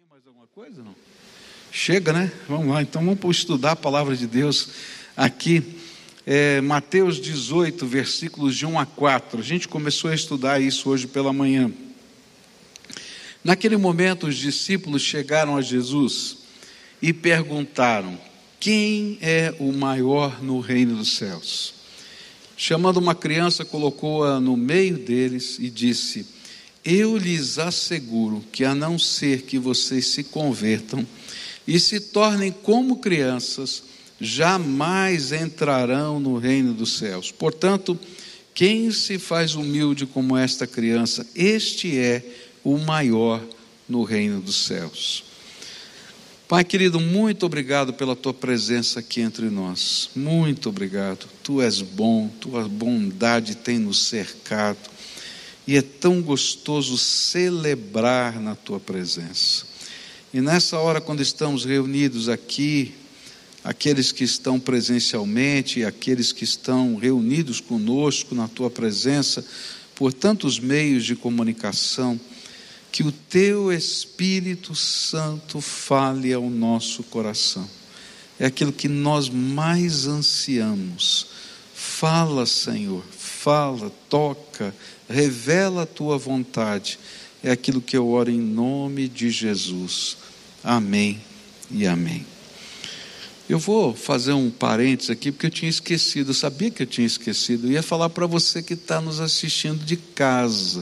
mais alguma coisa? Não? Chega, né? Vamos lá, então vamos estudar a palavra de Deus aqui. Mateus 18, versículos de 1 a 4. A gente começou a estudar isso hoje pela manhã. Naquele momento, os discípulos chegaram a Jesus e perguntaram: quem é o maior no reino dos céus? Chamando uma criança, colocou-a no meio deles e disse: eu lhes asseguro que, a não ser que vocês se convertam e se tornem como crianças, jamais entrarão no reino dos céus. Portanto, quem se faz humilde como esta criança, este é o maior no reino dos céus. Pai querido, muito obrigado pela tua presença aqui entre nós. Muito obrigado. Tu és bom, tua bondade tem nos cercado. E é tão gostoso celebrar na tua presença. E nessa hora, quando estamos reunidos aqui, aqueles que estão presencialmente e aqueles que estão reunidos conosco na tua presença, por tantos meios de comunicação, que o teu Espírito Santo fale ao nosso coração. É aquilo que nós mais ansiamos. Fala, Senhor, fala, toca, revela a tua vontade. É aquilo que eu oro em nome de Jesus. Amém e amém. Eu vou fazer um parênteses aqui, porque eu tinha esquecido, eu sabia que eu tinha esquecido. Eu ia falar para você que está nos assistindo de casa.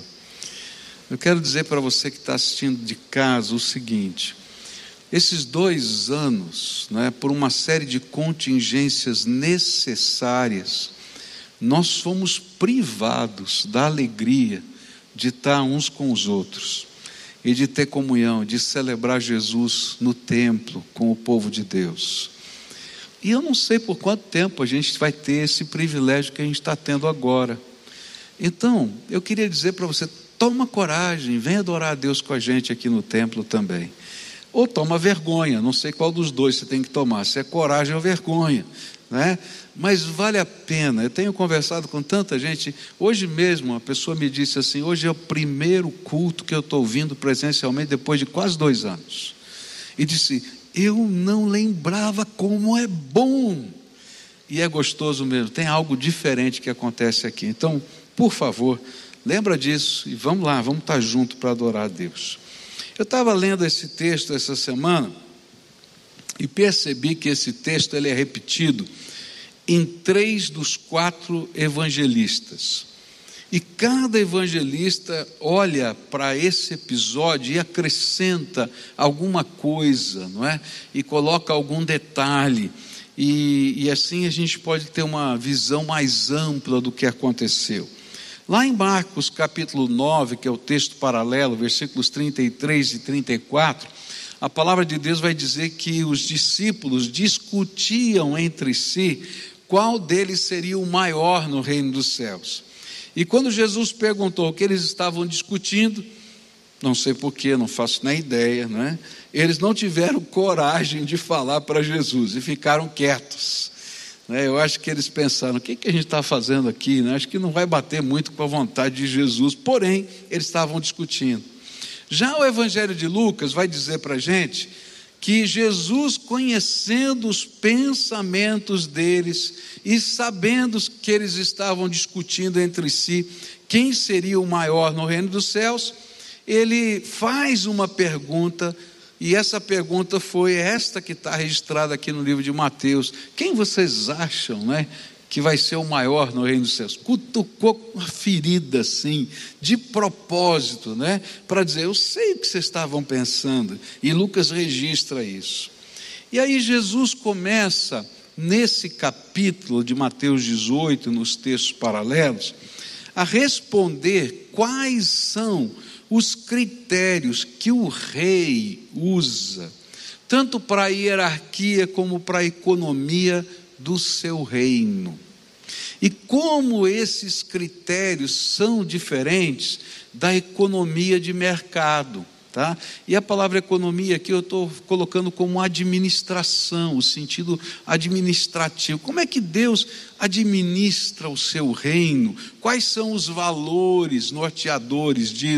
Eu quero dizer para você que está assistindo de casa o seguinte: esses 2 anos, por uma série de contingências necessárias, nós fomos privados da alegria de estar uns com os outros e de ter comunhão, de celebrar Jesus no templo com o povo de Deus. E eu não sei por quanto tempo a gente vai ter esse privilégio que a gente está tendo agora. Então, eu queria dizer para você: toma coragem, vem adorar a Deus com a gente aqui no templo também. Ou toma vergonha, não sei qual dos dois você tem que tomar, se é coragem ou vergonha, né? Mas vale a pena. Eu tenho conversado com tanta gente. Hoje mesmo uma pessoa me disse assim: hoje é o primeiro culto que eu estou ouvindo presencialmente depois de quase 2 anos. E disse: eu não lembrava como é bom. E é gostoso mesmo, tem algo diferente que acontece aqui. Então, por favor, lembra disso e vamos lá, vamos estar juntos para adorar a Deus. Eu estava lendo esse texto essa semana e percebi que esse texto ele é repetido em 3 dos 4 evangelistas. E cada evangelista olha para esse episódio e acrescenta alguma coisa, não é? E coloca algum detalhe. E assim a gente pode ter uma visão mais ampla do que aconteceu. Lá em Marcos capítulo 9, que é o texto paralelo, versículos 33 e 34, a palavra de Deus vai dizer que os discípulos discutiam entre si qual deles seria o maior no reino dos céus. E quando Jesus perguntou o que eles estavam discutindo, não sei porquê, não faço nem ideia, não é? Eles não tiveram coragem de falar para Jesus e ficaram quietos. Eu acho que eles pensaram: o que a gente está fazendo aqui? Acho que não vai bater muito com a vontade de Jesus. Porém, eles estavam discutindo. Já o Evangelho de Lucas vai dizer para a gente que Jesus, conhecendo os pensamentos deles e sabendo que eles estavam discutindo entre si quem seria o maior no reino dos céus, ele faz uma pergunta. E essa pergunta foi esta que está registrada aqui no livro de Mateus: quem vocês acham, que vai ser o maior no reino dos céus? Cutucou uma ferida assim, de propósito, para dizer: eu sei o que vocês estavam pensando. E Lucas registra isso. E aí Jesus começa nesse capítulo de Mateus 18, nos textos paralelos, a responder quais são os critérios que o rei usa, tanto para a hierarquia como para a economia do seu reino. E como esses critérios são diferentes da economia de mercado, tá? E a palavra economia aqui eu estou colocando como administração, o sentido administrativo. Como é que Deus administra o seu reino? Quais são os valores norteadores disso?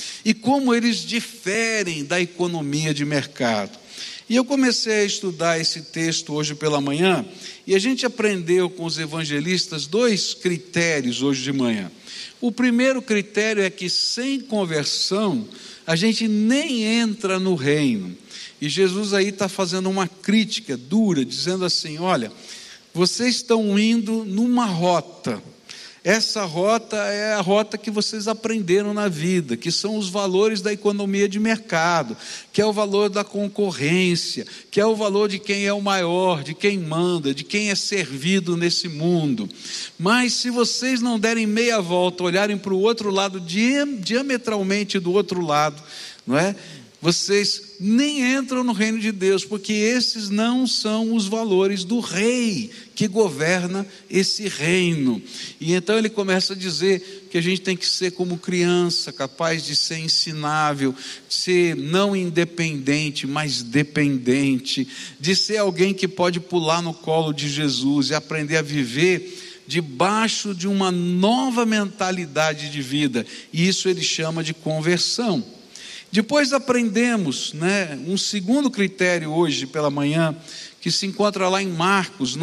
e como eles diferem da economia de mercado. E eu comecei a estudar esse texto hoje pela manhã, e a gente aprendeu com os evangelistas 2 critérios hoje de manhã. O primeiro critério é que sem conversão, a gente nem entra no reino. E Jesus aí está fazendo uma crítica dura, dizendo assim: olha, vocês estão indo numa rota. Essa rota é a rota que vocês aprenderam na vida, que são os valores da economia de mercado, que é o valor da concorrência, que é o valor de quem é o maior, de quem manda, de quem é servido nesse mundo. Mas se vocês não derem meia volta, olharem para o outro lado, diametralmente do outro lado, não é? Vocês nem entram no reino de Deus, porque esses não são os valores do rei que governa esse reino. E então ele começa a dizer que a gente tem que ser como criança, capaz de ser ensinável, de ser não independente, mas dependente, de ser alguém que pode pular no colo de Jesus e aprender a viver debaixo de uma nova mentalidade de vida. E isso ele chama de conversão. Depois aprendemos, um segundo critério hoje pela manhã, que se encontra lá em Marcos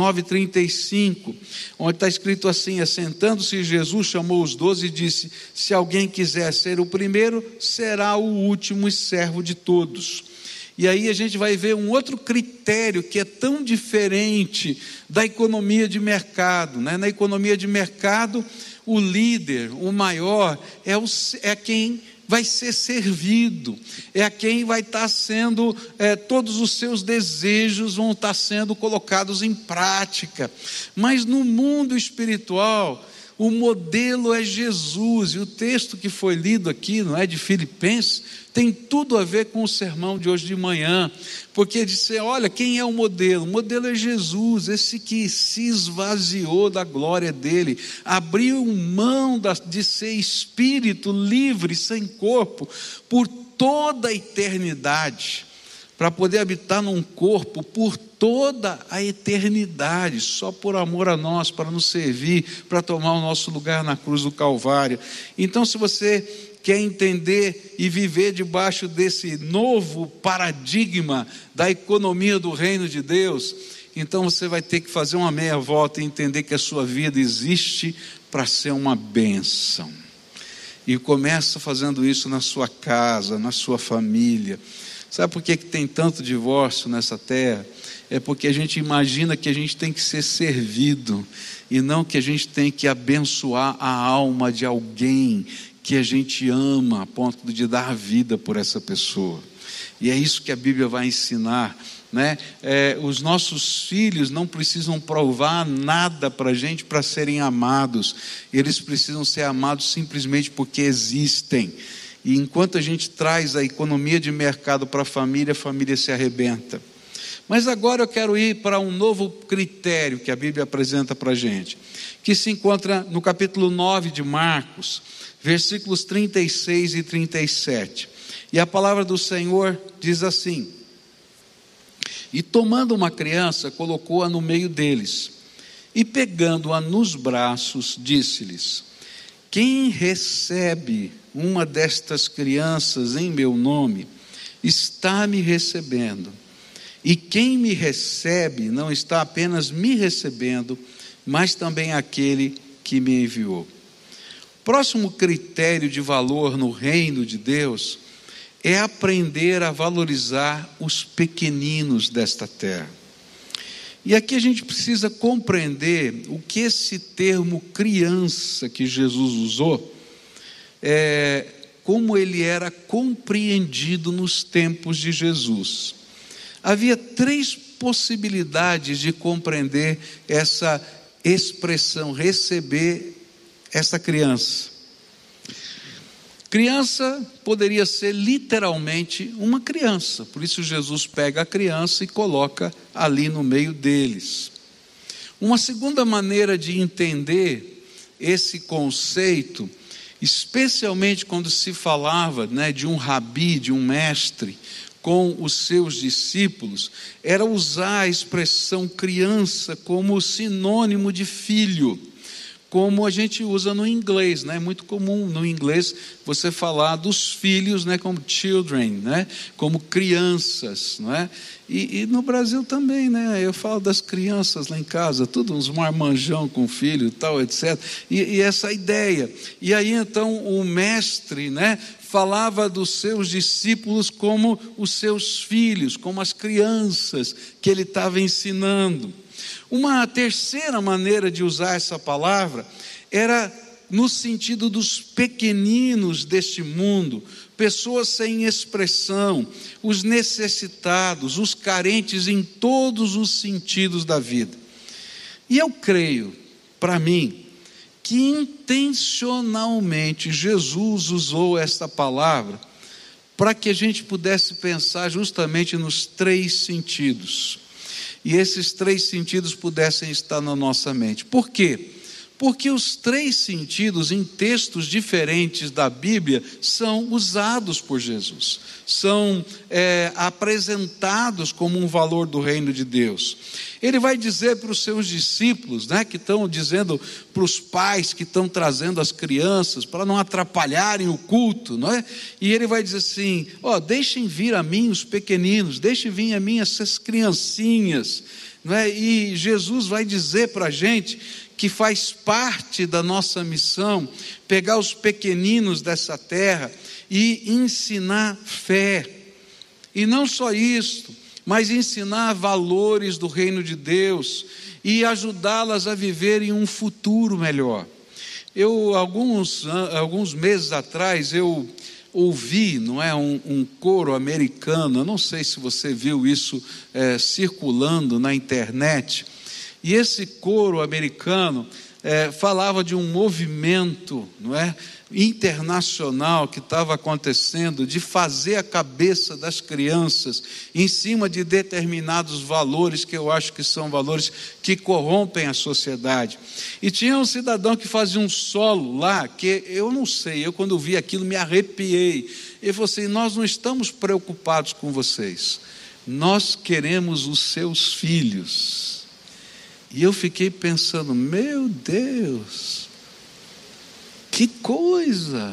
9,35, onde está escrito assim: assentando-se Jesus chamou os 12 e disse: se alguém quiser ser o primeiro, será o último e servo de todos. E aí a gente vai ver um outro critério que é tão diferente da economia de mercado, Na economia de mercado, o líder, o maior, é quem vai ser servido, é a quem vai estar sendo, todos os seus desejos vão estar sendo colocados em prática. Mas no mundo espiritual, o modelo é Jesus, e o texto que foi lido aqui, não é, de Filipenses, tem tudo a ver com o sermão de hoje de manhã, porque disse: olha, quem é o modelo? O modelo é Jesus, esse que se esvaziou da glória dele, abriu mão de ser espírito livre, sem corpo, por toda a eternidade, para poder habitar num corpo por toda a eternidade, só por amor a nós, para nos servir, para tomar o nosso lugar na cruz do Calvário. Então, se você quer entender e viver debaixo desse novo paradigma da economia do reino de Deus, então você vai ter que fazer uma meia volta e entender que a sua vida existe para ser uma bênção. E começa fazendo isso na sua casa, na sua família. Sabe por que tem tanto divórcio nessa terra? É porque a gente imagina que a gente tem que ser servido, e não que a gente tem que abençoar a alma de alguém que a gente ama, a ponto de dar a vida por essa pessoa. E é isso que a Bíblia vai ensinar, os nossos filhos não precisam provar nada para a gente para serem amados, eles precisam ser amados simplesmente porque existem. E enquanto a gente traz a economia de mercado para a família se arrebenta. Mas agora eu quero ir para um novo critério que a Bíblia apresenta para a gente, que se encontra no capítulo 9 de Marcos, versículos 36 e 37. E a palavra do Senhor diz assim: e tomando uma criança, colocou-a no meio deles, e pegando-a nos braços, disse-lhes: quem recebe uma destas crianças em meu nome, está me recebendo. E quem me recebe não está apenas me recebendo, mas também aquele que me enviou. Próximo critério de valor no reino de Deus é aprender a valorizar os pequeninos desta terra. E aqui a gente precisa compreender o que esse termo criança que Jesus usou, como ele era compreendido nos tempos de Jesus. Havia 3 possibilidades de compreender essa expressão, receber essa criança. Criança poderia ser literalmente uma criança, por isso Jesus pega a criança e coloca ali no meio deles. Uma segunda maneira de entender esse conceito, especialmente quando se falava de um rabi, de um mestre, com os seus discípulos, era usar a expressão criança como sinônimo de filho, como a gente usa no inglês, né? É muito comum no inglês você falar dos filhos, né? Como children, né? Como crianças, não é? E no Brasil também, né? Eu falo das crianças lá em casa, tudo uns marmanjão com filho e tal, etc. E essa ideia. E aí então o mestre, né? Falava dos seus discípulos como os seus filhos, como as crianças que ele estava ensinando. Uma terceira maneira de usar essa palavra era no sentido dos pequeninos deste mundo, pessoas sem expressão, os necessitados, os carentes em todos os sentidos da vida. E eu creio, para mim, que intencionalmente Jesus usou esta palavra para que a gente pudesse pensar justamente nos 3 sentidos. E esses 3 sentidos pudessem estar na nossa mente. Por quê? Porque os 3 sentidos em textos diferentes da Bíblia são usados por Jesus, são apresentados como um valor do reino de Deus. Ele vai dizer para os seus discípulos, né, que estão dizendo para os pais que estão trazendo as crianças, para não atrapalharem o culto, não é? E ele vai dizer assim, deixem vir a mim os pequeninos, deixem vir a mim essas criancinhas, não é? E Jesus vai dizer para a gente que faz parte da nossa missão, pegar os pequeninos dessa terra e ensinar fé. E não só isso, mas ensinar valores do reino de Deus e ajudá-las a viverem um futuro melhor. Alguns meses atrás, eu ouvi, não é, um coro americano, eu não sei se você viu isso circulando na internet. E esse coro americano falava de um movimento, não é, internacional que estava acontecendo, de fazer a cabeça das crianças em cima de determinados valores, que eu acho que são valores que corrompem a sociedade. E tinha um cidadão que fazia um solo lá, que eu não sei, eu quando vi aquilo me arrepiei. Ele falou assim, nós não estamos preocupados com vocês, nós queremos os seus filhos. E eu fiquei pensando, meu Deus, que coisa!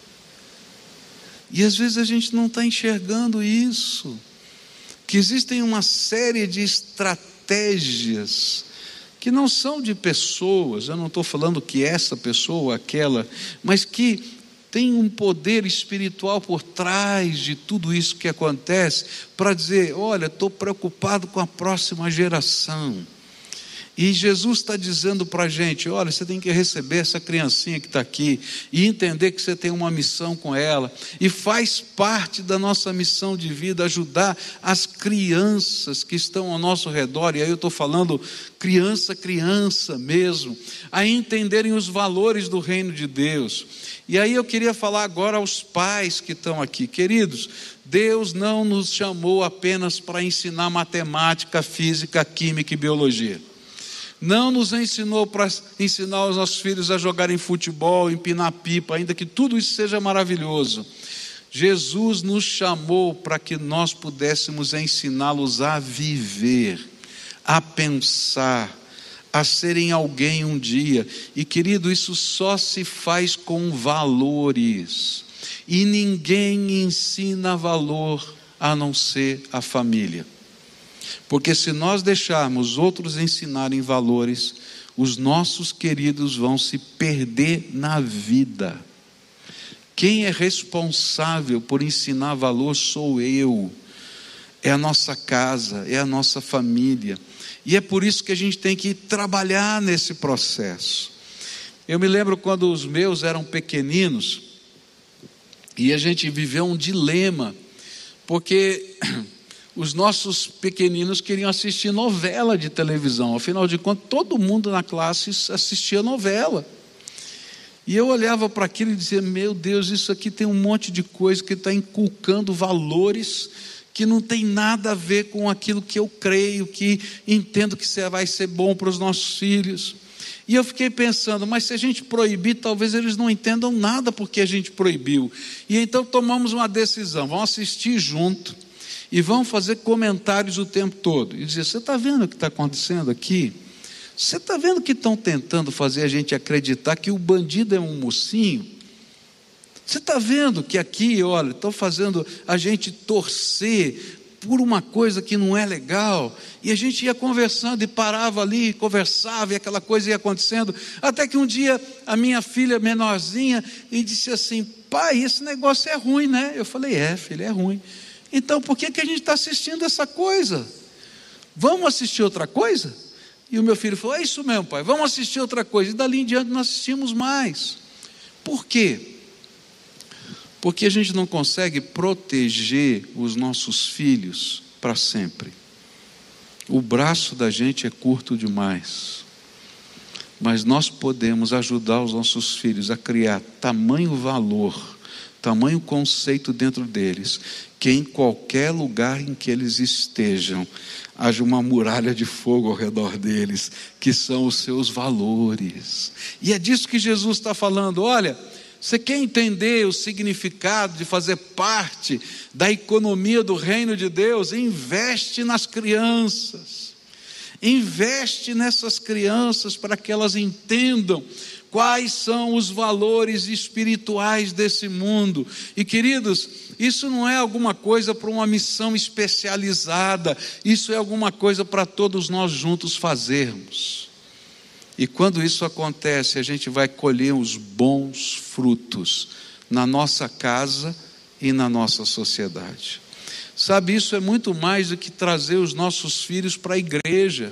E às vezes a gente não está enxergando isso, que existem uma série de estratégias que não são de pessoas, eu não estou falando que essa pessoa ou aquela, mas que tem um poder espiritual por trás de tudo isso que acontece, para dizer, olha, estou preocupado com a próxima geração. E Jesus está dizendo para a gente, olha, você tem que receber essa criancinha que está aqui, e entender que você tem uma missão com ela, e faz parte da nossa missão de vida, ajudar as crianças que estão ao nosso redor, e aí eu estou falando criança mesmo, a entenderem os valores do reino de Deus. E aí eu queria falar agora aos pais que estão aqui, queridos, Deus não nos chamou apenas para ensinar matemática, física, química e biologia. Não nos ensinou para ensinar os nossos filhos a jogarem futebol, empinar pipa, ainda que tudo isso seja maravilhoso. Jesus nos chamou para que nós pudéssemos ensiná-los a viver, a pensar, a serem alguém um dia. E querido, isso só se faz com valores. E ninguém ensina valor a não ser a família. Porque se nós deixarmos outros ensinarem valores, os nossos queridos vão se perder na vida. Quem é responsável por ensinar valor sou eu, é a nossa casa, é a nossa família. E é por isso que a gente tem que trabalhar nesse processo. Eu me lembro quando os meus eram pequeninos, e a gente viveu um dilema, porque os nossos pequeninos queriam assistir novela de televisão. Afinal de contas, todo mundo na classe assistia novela. E eu olhava para aquilo e dizia, meu Deus, isso aqui tem um monte de coisa que está inculcando valores que não tem nada a ver com aquilo que eu creio, que entendo que vai ser bom para os nossos filhos. E eu fiquei pensando, mas se a gente proibir, talvez eles não entendam nada porque a gente proibiu. E então tomamos uma decisão, vamos assistir junto e vamos fazer comentários o tempo todo. E dizer, você está vendo o que está acontecendo aqui? Você está vendo que estão tentando fazer a gente acreditar que o bandido é um mocinho? Você está vendo que aqui, olha, estão fazendo a gente torcer por uma coisa que não é legal, e a gente ia conversando e parava ali, conversava, e aquela coisa ia acontecendo, até que um dia a minha filha menorzinha e disse assim: pai, esse negócio é ruim, né? Eu falei: é, filha, é ruim. Então por que a gente está assistindo essa coisa? Vamos assistir outra coisa? E o meu filho falou: é isso mesmo, pai, vamos assistir outra coisa. E dali em diante não assistimos mais. Por quê? Porque a gente não consegue proteger os nossos filhos para sempre. O braço da gente é curto demais. Mas nós podemos ajudar os nossos filhos a criar tamanho valor, tamanho conceito dentro deles, que em qualquer lugar em que eles estejam, haja uma muralha de fogo ao redor deles, que são os seus valores. E é disso que Jesus está falando. Olha, você quer entender o significado de fazer parte da economia do reino de Deus? Investe nas crianças. Investe nessas crianças para que elas entendam quais são os valores espirituais desse mundo. E queridos, isso não é alguma coisa para uma missão especializada. Isso é alguma coisa para todos nós juntos fazermos. E quando isso acontece, a gente vai colher os bons frutos na nossa casa e na nossa sociedade. Sabe, isso é muito mais do que trazer os nossos filhos para a igreja.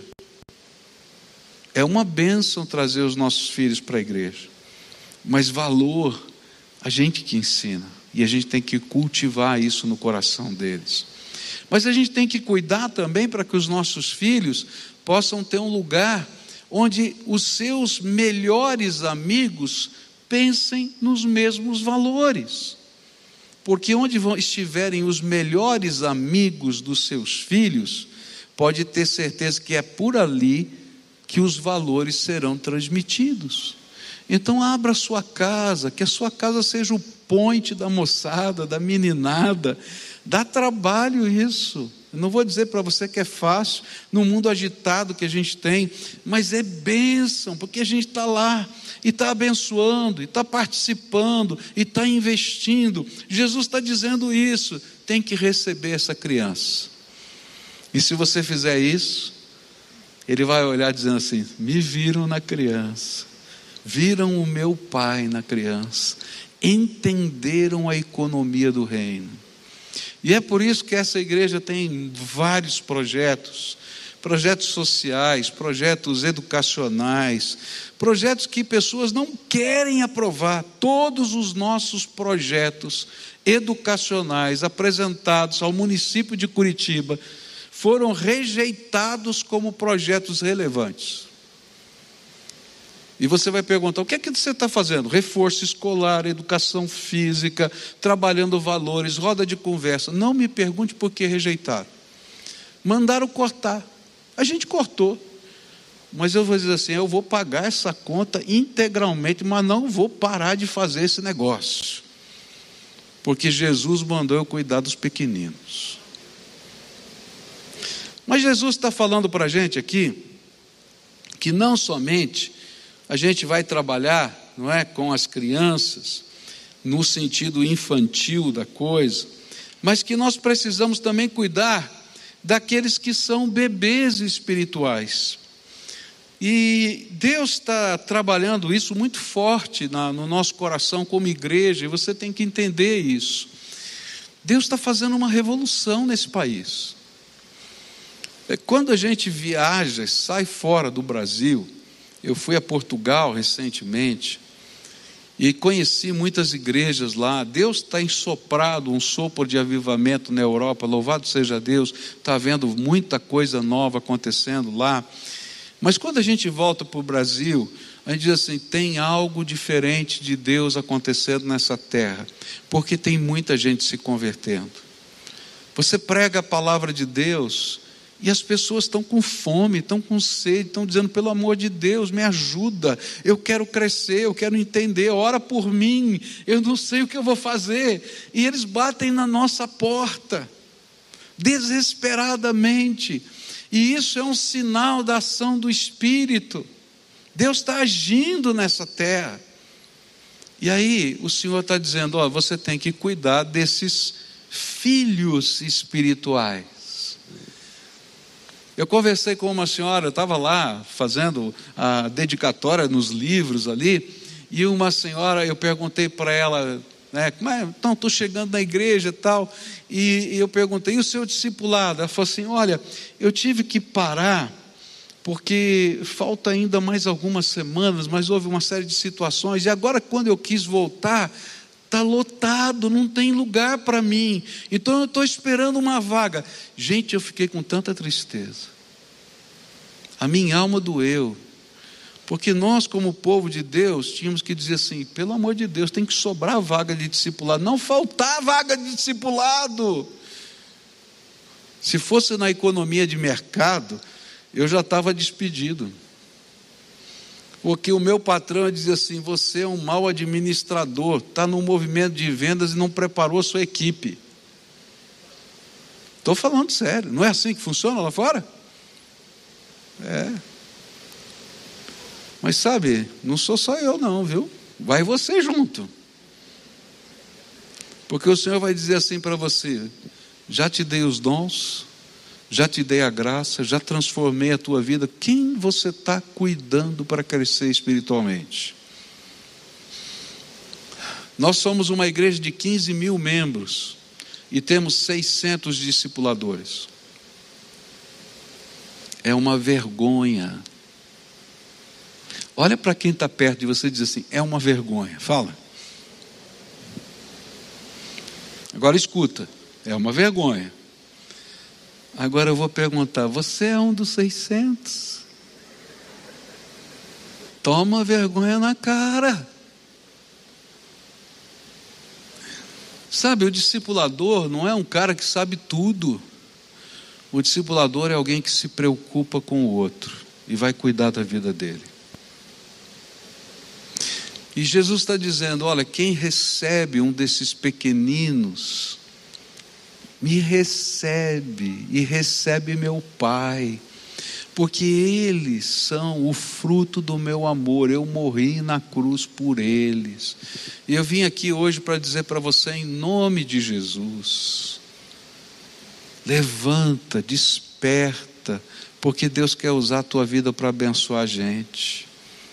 É uma bênção trazer os nossos filhos para a igreja. Mas valor, a gente que ensina. E a gente tem que cultivar isso no coração deles. Mas a gente tem que cuidar também para que os nossos filhos possam ter um lugar onde os seus melhores amigos pensem nos mesmos valores. Porque onde estiverem os melhores amigos dos seus filhos, pode ter certeza que é por ali que os valores serão transmitidos. Então abra a sua casa, que a sua casa seja o point da moçada, da meninada. Dá trabalho isso. Eu não vou dizer para você que é fácil, no mundo agitado que a gente tem, mas é bênção, porque a gente está lá, e está abençoando, e está participando, e está investindo. Jesus está dizendo isso, tem que receber essa criança. E se você fizer isso, ele vai olhar dizendo assim: me viram na criança, viram o meu pai na criança, entenderam a economia do reino. E é por isso que essa igreja tem vários projetos sociais, projetos educacionais, projetos que pessoas não querem aprovar. Todos os nossos projetos educacionais apresentados ao município de Curitiba foram rejeitados como projetos relevantes. E você vai perguntar: o que é que você está fazendo? Reforço escolar, educação física, trabalhando valores, roda de conversa. Não me pergunte por que rejeitaram. Mandaram cortar. A gente cortou. Mas eu vou dizer assim: eu vou pagar essa conta integralmente, mas não vou parar de fazer esse negócio. Porque Jesus mandou eu cuidar dos pequeninos. Mas Jesus está falando para a gente aqui que não somente a gente vai trabalhar, não é, com as crianças, no sentido infantil da coisa, mas que nós precisamos também cuidar daqueles que são bebês espirituais. E Deus está trabalhando isso muito forte no nosso coração como igreja, e você tem que entender isso. Deus está fazendo uma revolução nesse país. Quando a gente viaja, sai fora do Brasil, eu fui a Portugal recentemente e conheci muitas igrejas lá. Deus está ensoprado um sopro de avivamento na Europa, louvado seja Deus, está vendo muita coisa nova acontecendo lá. Mas quando a gente volta para o Brasil, a gente diz assim: tem algo diferente de Deus acontecendo nessa terra, porque tem muita gente se convertendo. Você prega a palavra de Deus e as pessoas estão com fome, estão com sede, estão dizendo: pelo amor de Deus, me ajuda, eu quero crescer, eu quero entender, ora por mim, eu não sei o que eu vou fazer. E eles batem na nossa porta, desesperadamente. E isso é um sinal da ação do Espírito. Deus está agindo nessa terra. E aí o Senhor está dizendo, ó, você tem que cuidar desses filhos espirituais. Eu conversei com uma senhora, eu estava lá fazendo a dedicatória nos livros ali, e uma senhora, eu perguntei para ela, né, então estou chegando na igreja e tal, e eu perguntei, e o seu discipulado? Ela falou assim, olha, eu tive que parar, porque falta ainda mais algumas semanas, mas houve uma série de situações, e agora quando eu quis voltar, está lotado, não tem lugar para mim, então eu estou esperando uma vaga. Gente, eu fiquei com tanta tristeza, a minha alma doeu, porque nós como povo de Deus, tínhamos que dizer assim, pelo amor de Deus, tem que sobrar vaga de discipulado, não faltar vaga de discipulado. Se fosse na economia de mercado, eu já estava despedido, porque o meu patrão dizia assim, você é um mau administrador, está no movimento de vendas e não preparou a sua equipe. Estou falando sério, não é assim que funciona lá fora? É. Mas sabe, não sou só eu não, viu? Vai você junto. Porque o Senhor vai dizer assim para você, já te dei os dons, já te dei a graça, já transformei a tua vida. Quem você está cuidando para crescer espiritualmente? Nós somos uma igreja de 15 mil membros e temos 600 discipuladores. É uma vergonha. Olha para quem está perto de você e diz assim, é uma vergonha. Fala. Agora escuta, é uma vergonha. Agora eu vou perguntar, você é um dos 600? Toma vergonha na cara. Sabe, o discipulador não é um cara que sabe tudo. O discipulador é alguém que se preocupa com o outro e vai cuidar da vida dele. E Jesus está dizendo, olha, quem recebe um desses pequeninos, me recebe e recebe meu Pai, porque eles são o fruto do meu amor, eu morri na cruz por eles. E eu vim aqui hoje para dizer para você, em nome de Jesus, levanta, desperta, porque Deus quer usar a tua vida para abençoar a gente.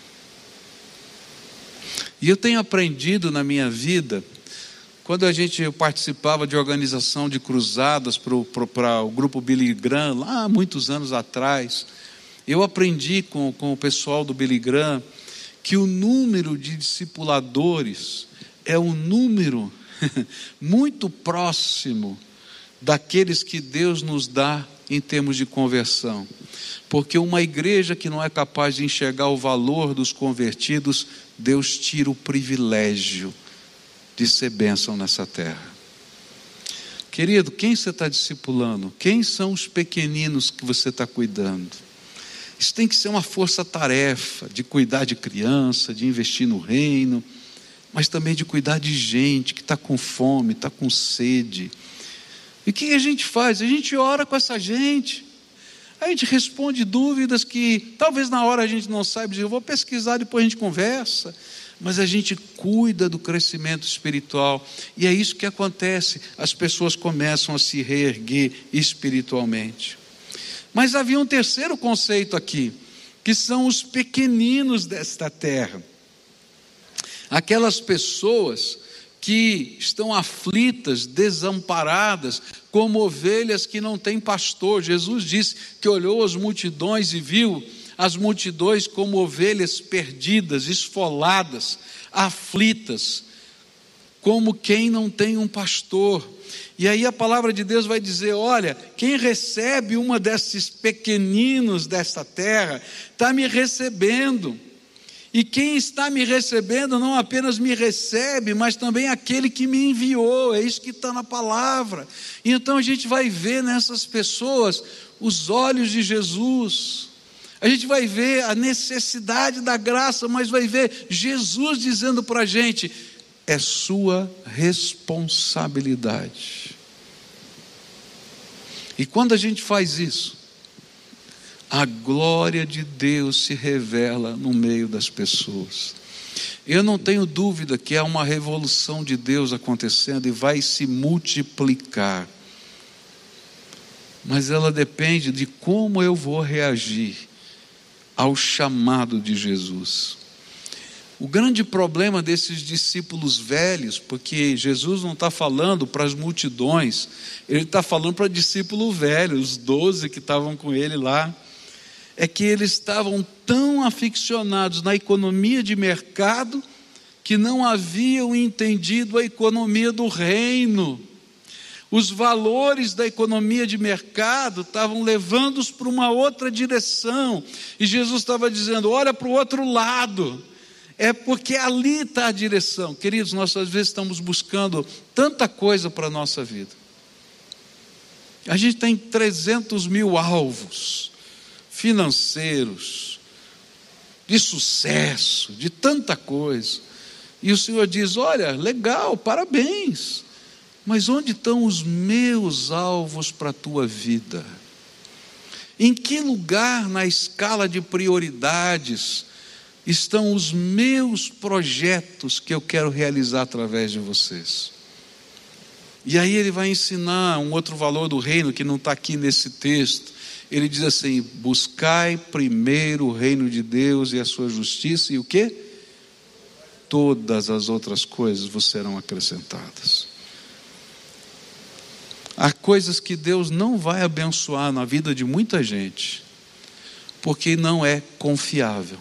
E eu tenho aprendido na minha vida, quando eu participava de organização de cruzadas para o grupo Billy Graham, lá há muitos anos atrás, eu aprendi com o pessoal do Billy Graham, que o número de discipuladores é um número muito próximo daqueles que Deus nos dá em termos de conversão. Porque uma igreja que não é capaz de enxergar o valor dos convertidos, Deus tira o privilégio de ser bênção nessa terra. Querido, quem você está discipulando? Quem são os pequeninos que você está cuidando? Isso tem que ser uma força-tarefa de cuidar de criança, de investir no reino, mas também de cuidar de gente que está com fome, está com sede. E o que a gente faz? A gente ora com essa gente, a gente responde dúvidas que talvez na hora a gente não saiba, eu vou pesquisar, depois a gente conversa, mas a gente cuida do crescimento espiritual, e é isso que acontece, as pessoas começam a se reerguer espiritualmente. Mas havia um terceiro conceito aqui, que são os pequeninos desta terra, aquelas pessoas que estão aflitas, desamparadas, como ovelhas que não têm pastor. Jesus disse que olhou as multidões e viu as multidões como ovelhas perdidas, esfoladas, aflitas, como quem não tem um pastor. E aí a palavra de Deus vai dizer, olha, quem recebe uma desses pequeninos desta terra, está me recebendo. E quem está me recebendo não apenas me recebe, mas também aquele que me enviou. É isso que está na palavra. E então a gente vai ver nessas pessoas os olhos de Jesus. A gente vai ver a necessidade da graça, mas vai ver Jesus dizendo para a gente, é sua responsabilidade. E quando a gente faz isso, a glória de Deus se revela no meio das pessoas. Eu não tenho dúvida que há uma revolução de Deus acontecendo e vai se multiplicar. Mas ela depende de como eu vou reagir ao chamado de Jesus. O grande problema desses discípulos velhos, porque Jesus não está falando para as multidões, ele está falando para discípulos velhos, os 12 que estavam com ele lá, é que eles estavam tão aficionados na economia de mercado que não haviam entendido a economia do reino. Os valores da economia de mercado estavam levando-os para uma outra direção, e Jesus estava dizendo: olha para o outro lado, é porque ali está a direção. Queridos, nós às vezes estamos buscando tanta coisa para a nossa vida, a gente tem 300 mil alvos financeiros, de sucesso, de tanta coisa, e o Senhor diz: olha, legal, parabéns, mas onde estão os meus alvos para a tua vida? Em que lugar na escala de prioridades estão os meus projetos que eu quero realizar através de vocês? E aí ele vai ensinar um outro valor do reino que não está aqui nesse texto. Ele diz assim: buscai primeiro o reino de Deus e a sua justiça, e o quê? Todas as outras coisas vos serão acrescentadas. Há coisas que Deus não vai abençoar na vida de muita gente, porque não é confiável.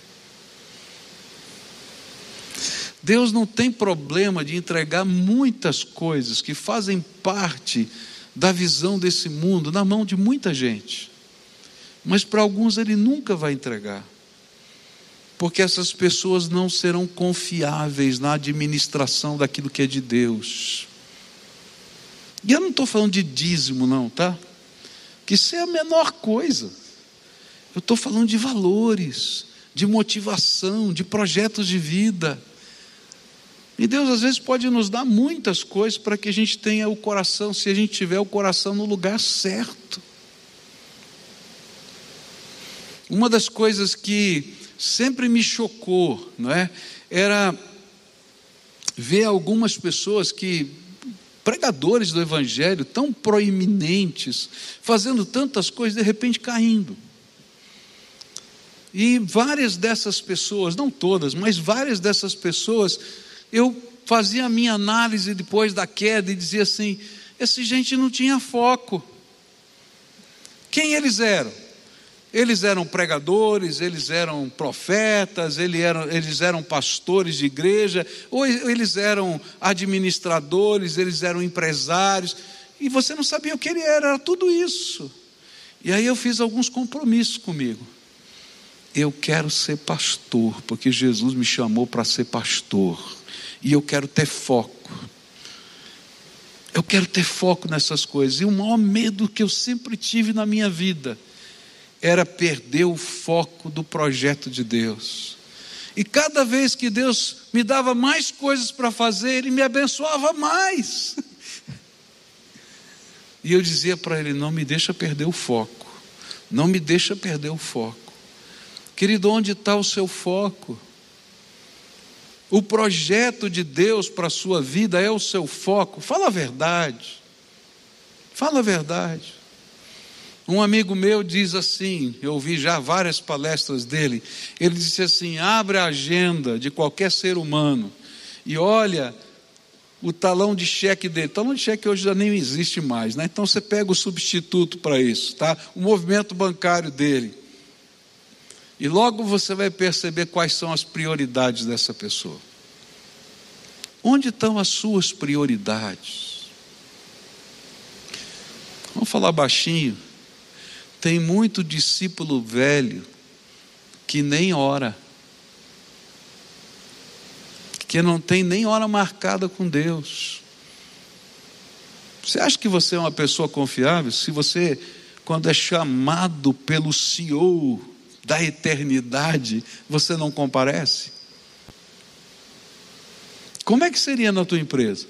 Deus não tem problema de entregar muitas coisas que fazem parte da visão desse mundo na mão de muita gente, mas para alguns Ele nunca vai entregar, porque essas pessoas não serão confiáveis na administração daquilo que é de Deus. E eu não estou falando de dízimo não, tá? Que isso é a menor coisa. Eu estou falando de valores, de motivação, de projetos de vida. E Deus às vezes pode nos dar muitas coisas para que a gente tenha o coração, se a gente tiver o coração no lugar certo. Uma das coisas que sempre me chocou, não é? Era ver algumas pessoas pregadores do evangelho, tão proeminentes, fazendo tantas coisas, de repente caindo. E várias dessas pessoas, não todas, mas várias dessas pessoas, eu fazia a minha análise depois da queda e dizia assim: essa gente não tinha foco. Quem eles eram? Eles eram pregadores, eles eram profetas, eles eram pastores de igreja, ou eles eram administradores, eles eram empresários, e você não sabia o que ele era tudo isso. E aí eu fiz alguns compromissos comigo. Eu quero ser pastor, porque Jesus me chamou para ser pastor, e eu quero ter foco. Eu quero ter foco nessas coisas, e o maior medo que eu sempre tive na minha vida era perder o foco do projeto de Deus. E cada vez que Deus me dava mais coisas para fazer, Ele me abençoava mais. E eu dizia para Ele: não me deixa perder o foco, não me deixa perder o foco. Querido, onde está o seu foco? O projeto de Deus para a sua vida é o seu foco? Fala a verdade, fala a verdade. Um amigo meu diz assim, eu ouvi já várias palestras dele, ele disse assim: abre a agenda de qualquer ser humano e olha o talão de cheque dele. O talão de cheque hoje já nem existe mais, né? Então você pega o substituto para isso, tá? O movimento bancário dele, e logo você vai perceber quais são as prioridades dessa pessoa. Onde estão as suas prioridades? Vamos falar baixinho. Tem muito discípulo velho que nem ora, que não tem nem hora marcada com Deus. Você acha que você é uma pessoa confiável se você, quando é chamado pelo CEO da eternidade, você não comparece? Como é que seria na tua empresa?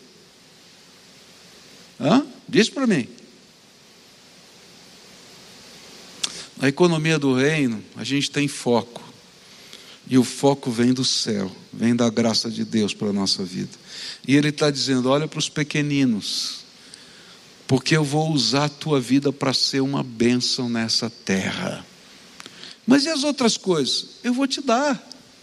Diz para mim. Na economia do reino, a gente tem foco. E o foco vem do céu, vem da graça de Deus para a nossa vida. E Ele está dizendo: olha para os pequeninos, porque eu vou usar a tua vida para ser uma bênção nessa terra. Mas e as outras coisas? Eu vou te dar.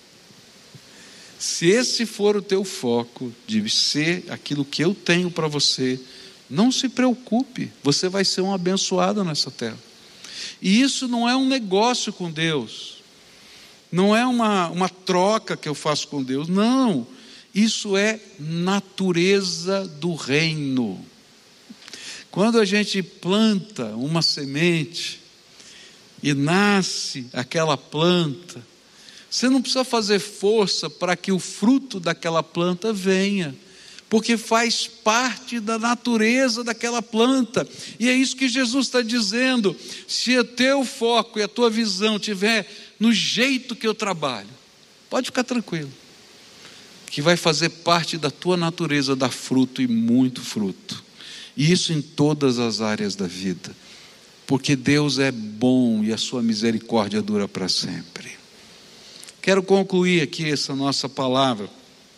Se esse for o teu foco, de ser aquilo que eu tenho para você, não se preocupe, você vai ser uma abençoada nessa terra. E isso não é um negócio com Deus, não é uma troca que eu faço com Deus, não, isso é natureza do reino. Quando a gente planta uma semente e nasce aquela planta, você não precisa fazer força para que o fruto daquela planta venha, porque faz parte da natureza daquela planta. E é isso que Jesus está dizendo: se o teu foco e a tua visão estiver no jeito que eu trabalho, pode ficar tranquilo, que vai fazer parte da tua natureza dar fruto, e muito fruto. E isso em todas as áreas da vida, porque Deus é bom e a sua misericórdia dura para sempre. Quero concluir aqui essa nossa palavra.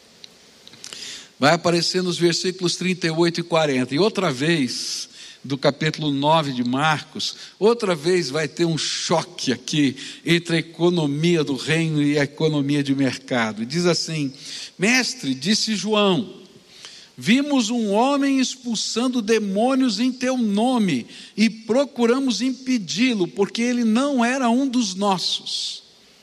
Vai aparecer nos versículos 38 e 40. E outra vez, do capítulo 9 de Marcos, outra vez vai ter um choque aqui entre a economia do reino e a economia de mercado. Diz assim: mestre, disse João, vimos um homem expulsando demônios em teu nome e procuramos impedi-lo, porque ele não era um dos nossos.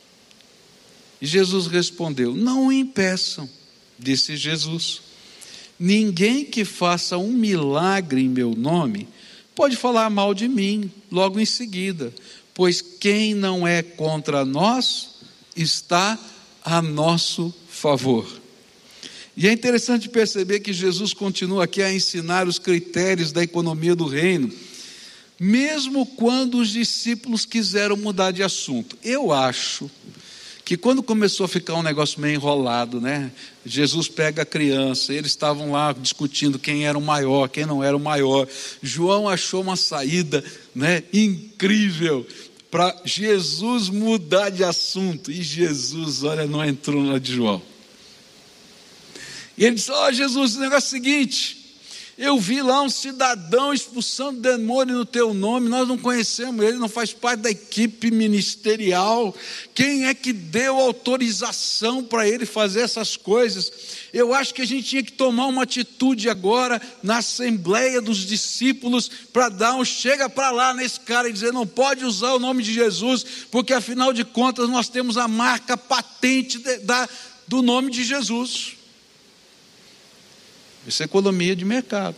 E Jesus respondeu: não o impeçam. Disse Jesus: ninguém que faça um milagre em meu nome pode falar mal de mim logo em seguida, pois quem não é contra nós está a nosso favor. E é interessante perceber que Jesus continua aqui a ensinar os critérios da economia do reino, mesmo quando os discípulos quiseram mudar de assunto. Eu acho que quando começou a ficar um negócio meio enrolado, né? Jesus pega a criança, eles estavam lá discutindo quem era o maior, quem não era o maior. João achou uma saída, né, incrível para Jesus mudar de assunto. E Jesus, olha, não entrou na de João. E ele disse: ó, Jesus, o negócio é o seguinte, eu vi lá um cidadão expulsando demônio no teu nome, nós não conhecemos ele, não faz parte da equipe ministerial, quem é que deu autorização para ele fazer essas coisas? Eu acho que a gente tinha que tomar uma atitude agora, na assembleia dos discípulos, para dar um chega para lá nesse cara e dizer: não pode usar o nome de Jesus, porque afinal de contas nós temos a marca patente do nome de Jesus. Isso é economia de mercado.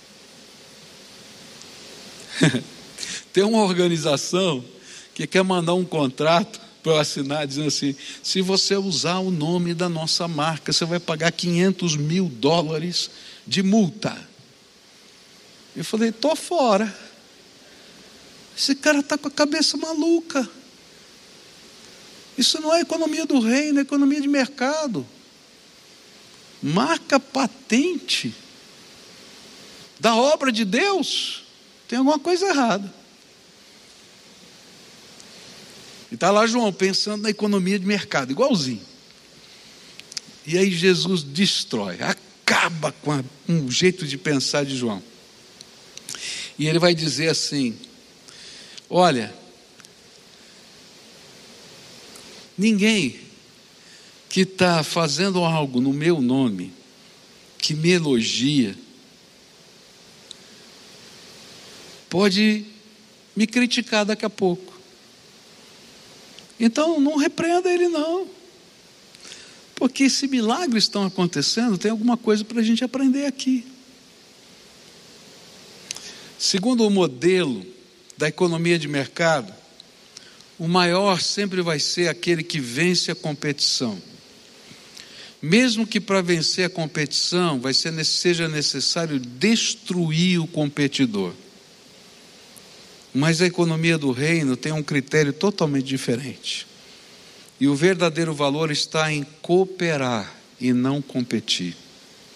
Tem uma organização que quer mandar um contrato para eu assinar, dizendo assim: se você usar o nome da nossa marca, você vai pagar $500 mil de multa. Eu falei: estou fora. Esse cara está com a cabeça maluca. Isso não é economia do reino, é economia de mercado. Marca patente da obra de Deus, tem alguma coisa errada. E está lá João pensando na economia de mercado, igualzinho. E aí Jesus destrói, acaba com um jeito de pensar de João. E ele vai dizer assim: olha, ninguém que está fazendo algo no meu nome, que me elogia, pode me criticar daqui a pouco. Então não repreenda ele não, porque se milagres estão acontecendo, tem alguma coisa para a gente aprender aqui. Segundo o modelo da economia de mercado, o maior sempre vai ser aquele que vence a competição. Mesmo que para vencer a competição seja necessário destruir o competidor. Mas a economia do reino tem um critério totalmente diferente. E o verdadeiro valor está em cooperar e não competir.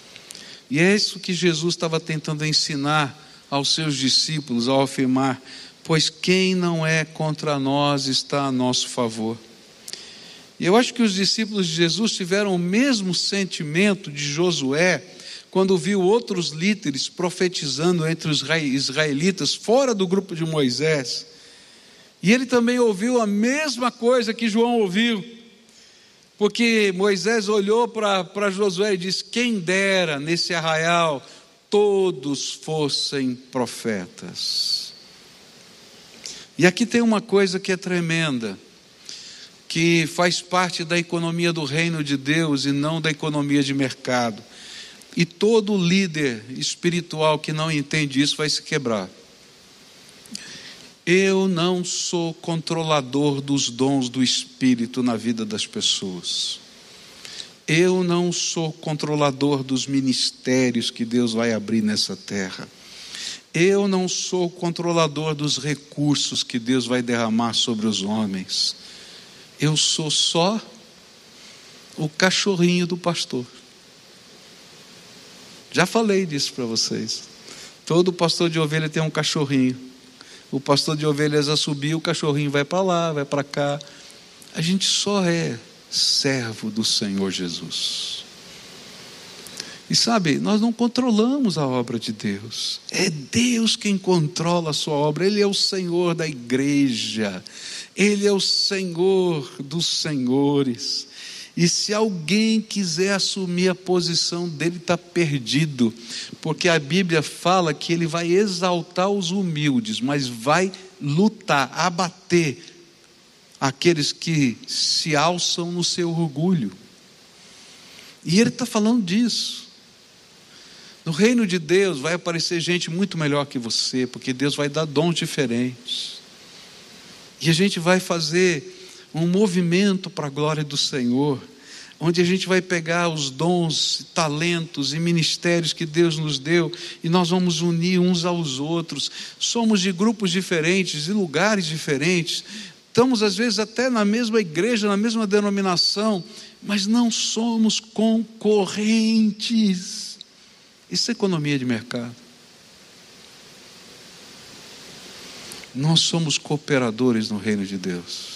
E é isso que Jesus estava tentando ensinar aos seus discípulos ao afirmar: pois quem não é contra nós está a nosso favor. E eu acho que os discípulos de Jesus tiveram o mesmo sentimento de Josué, quando viu outros líderes profetizando entre os israelitas, fora do grupo de Moisés. E ele também ouviu a mesma coisa que João ouviu, porque Moisés olhou para Josué e disse: quem dera nesse arraial todos fossem profetas. E aqui tem uma coisa que é tremenda, que faz parte da economia do reino de Deus e não da economia de mercado. E todo líder espiritual que não entende isso vai se quebrar. Eu não sou controlador dos dons do Espírito na vida das pessoas. Eu não sou controlador dos ministérios que Deus vai abrir nessa terra. Eu não sou controlador dos recursos que Deus vai derramar sobre os homens. Eu sou só o cachorrinho do pastor. Já falei disso para vocês. Todo pastor de ovelha tem um cachorrinho. O pastor de ovelhas assobia, o cachorrinho vai para lá, vai para cá. A gente só é servo do Senhor Jesus. E sabe, nós não controlamos a obra de Deus. É Deus quem controla a sua obra. Ele é o Senhor da igreja. Ele é o Senhor dos senhores. E se alguém quiser assumir a posição dele, está perdido, porque a Bíblia fala que ele vai exaltar os humildes, mas vai lutar, abater aqueles que se alçam no seu orgulho. E ele está falando disso. No reino de Deus vai aparecer gente muito melhor que você, porque Deus vai dar dons diferentes. E a gente vai fazer um movimento para a glória do Senhor, onde a gente vai pegar os dons, talentos e ministérios que Deus nos deu, e nós vamos unir uns aos outros. Somos de grupos diferentes, de lugares diferentes, estamos às vezes até na mesma igreja, na mesma denominação, mas não somos concorrentes. Isso é economia de mercado. Nós somos cooperadores no reino de Deus.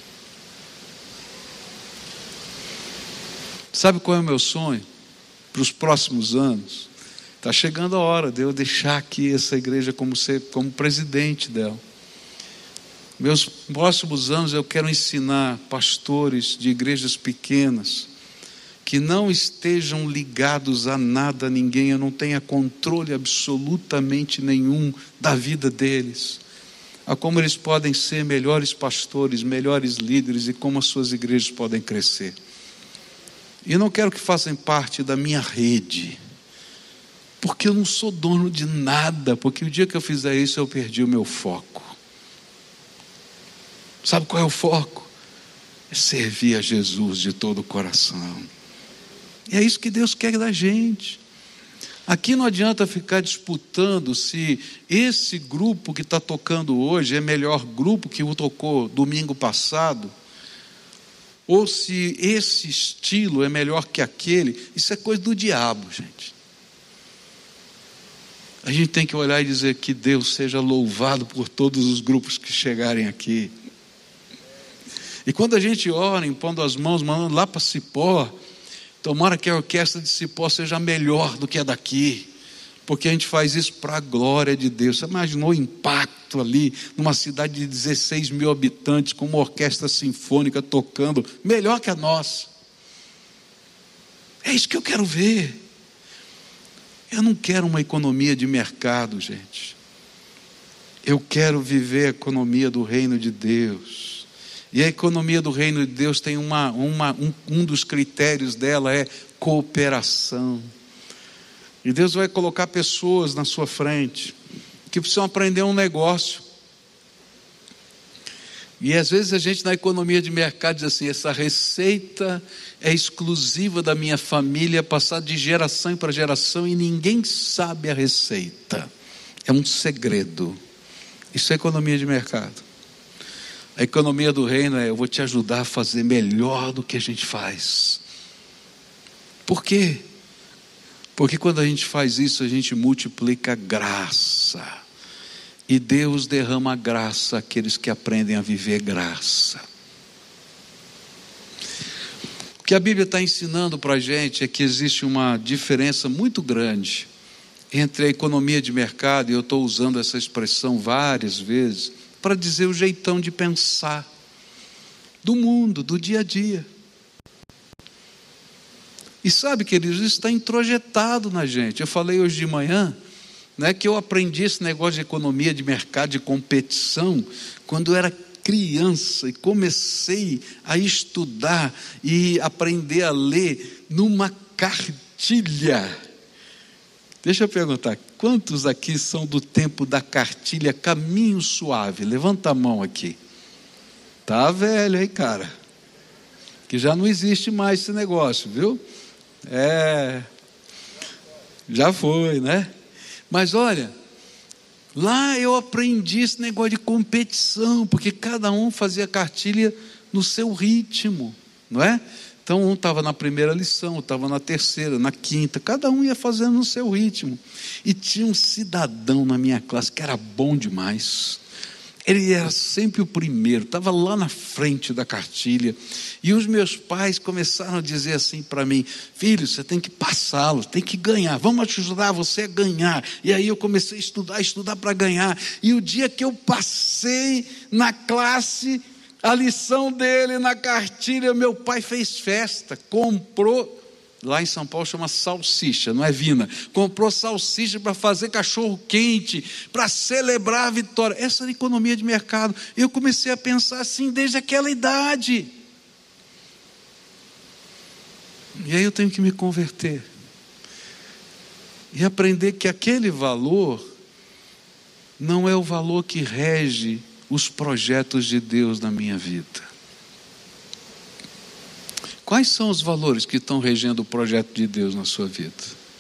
Sabe qual é o meu sonho para os próximos anos? Está chegando a hora de eu deixar aqui essa igreja como presidente dela. Meus próximos anos eu quero ensinar pastores de igrejas pequenas que não estejam ligados a nada, a ninguém, eu não tenha controle absolutamente nenhum da vida deles, a como eles podem ser melhores pastores, melhores líderes e como as suas igrejas podem crescer. E eu não quero que façam parte da minha rede, porque eu não sou dono de nada, porque o dia que eu fizer isso eu perdi o meu foco. Sabe qual é o foco? É servir a Jesus de todo o coração. E é isso que Deus quer da gente. Aqui não adianta ficar disputando se esse grupo que está tocando hoje é melhor grupo que o tocou domingo passado, ou se esse estilo é melhor que aquele. Isso é coisa do diabo, gente. A gente tem que olhar e dizer que Deus seja louvado por todos os grupos que chegarem aqui. E quando a gente ora, impondo as mãos, mandando lá para Cipó, tomara que a orquestra de Cipó seja melhor do que a daqui, porque a gente faz isso para a glória de Deus. Você imaginou o impacto ali, numa cidade de 16 mil habitantes, com uma orquestra sinfônica tocando, melhor que a nossa? É isso que eu quero ver. Eu não quero uma economia de mercado, gente. Eu quero viver a economia do reino de Deus. E a economia do reino de Deus tem um dos critérios dela é cooperação. E Deus vai colocar pessoas na sua frente que precisam aprender um negócio. E às vezes a gente na economia de mercado diz assim: essa receita é exclusiva da minha família, passada de geração para geração, e ninguém sabe a receita. É um segredo. Isso é economia de mercado. A economia do reino é: eu vou te ajudar a fazer melhor do que a gente faz. Por quê? Porque quando a gente faz isso, a gente multiplica graça. E Deus derrama graça àqueles que aprendem a viver graça. O que a Bíblia está ensinando para a gente é que existe uma diferença muito grande entre a economia de mercado, e eu estou usando essa expressão várias vezes, para dizer o jeitão de pensar do mundo, do dia a dia. E sabe, queridos, isso está introjetado na gente. Eu falei hoje de manhã, né, que eu aprendi esse negócio de economia de mercado, de competição, quando eu era criança e comecei a estudar e aprender a ler numa cartilha. Deixa eu perguntar, quantos aqui são do tempo da cartilha Caminho Suave? Levanta a mão aqui. Tá velho, hein, cara? Que já não existe mais esse negócio, viu? Já foi, né? Mas olha, lá eu aprendi esse negócio de competição, porque cada um fazia cartilha no seu ritmo, não é? Então um estava na primeira lição, estava na terceira, na quinta, cada um ia fazendo no seu ritmo. E tinha um cidadão na minha classe que era bom demais. Ele era sempre o primeiro, estava lá na frente da cartilha. E os meus pais começaram a dizer assim para mim: filho, você tem que passá-lo, tem que ganhar, vamos ajudar você a ganhar. E aí eu comecei a estudar para ganhar. E o dia que eu passei na classe, a lição dele na cartilha, meu pai fez festa, comprou, lá em São Paulo chama salsicha, não é vina, comprou salsicha para fazer cachorro quente, para celebrar a vitória. Essa era a economia de mercado. Eu comecei a pensar assim desde aquela idade. E aí eu tenho que me converter e aprender que aquele valor não é o valor que rege os projetos de Deus na minha vida. Quais são os valores que estão regendo o projeto de Deus na sua vida?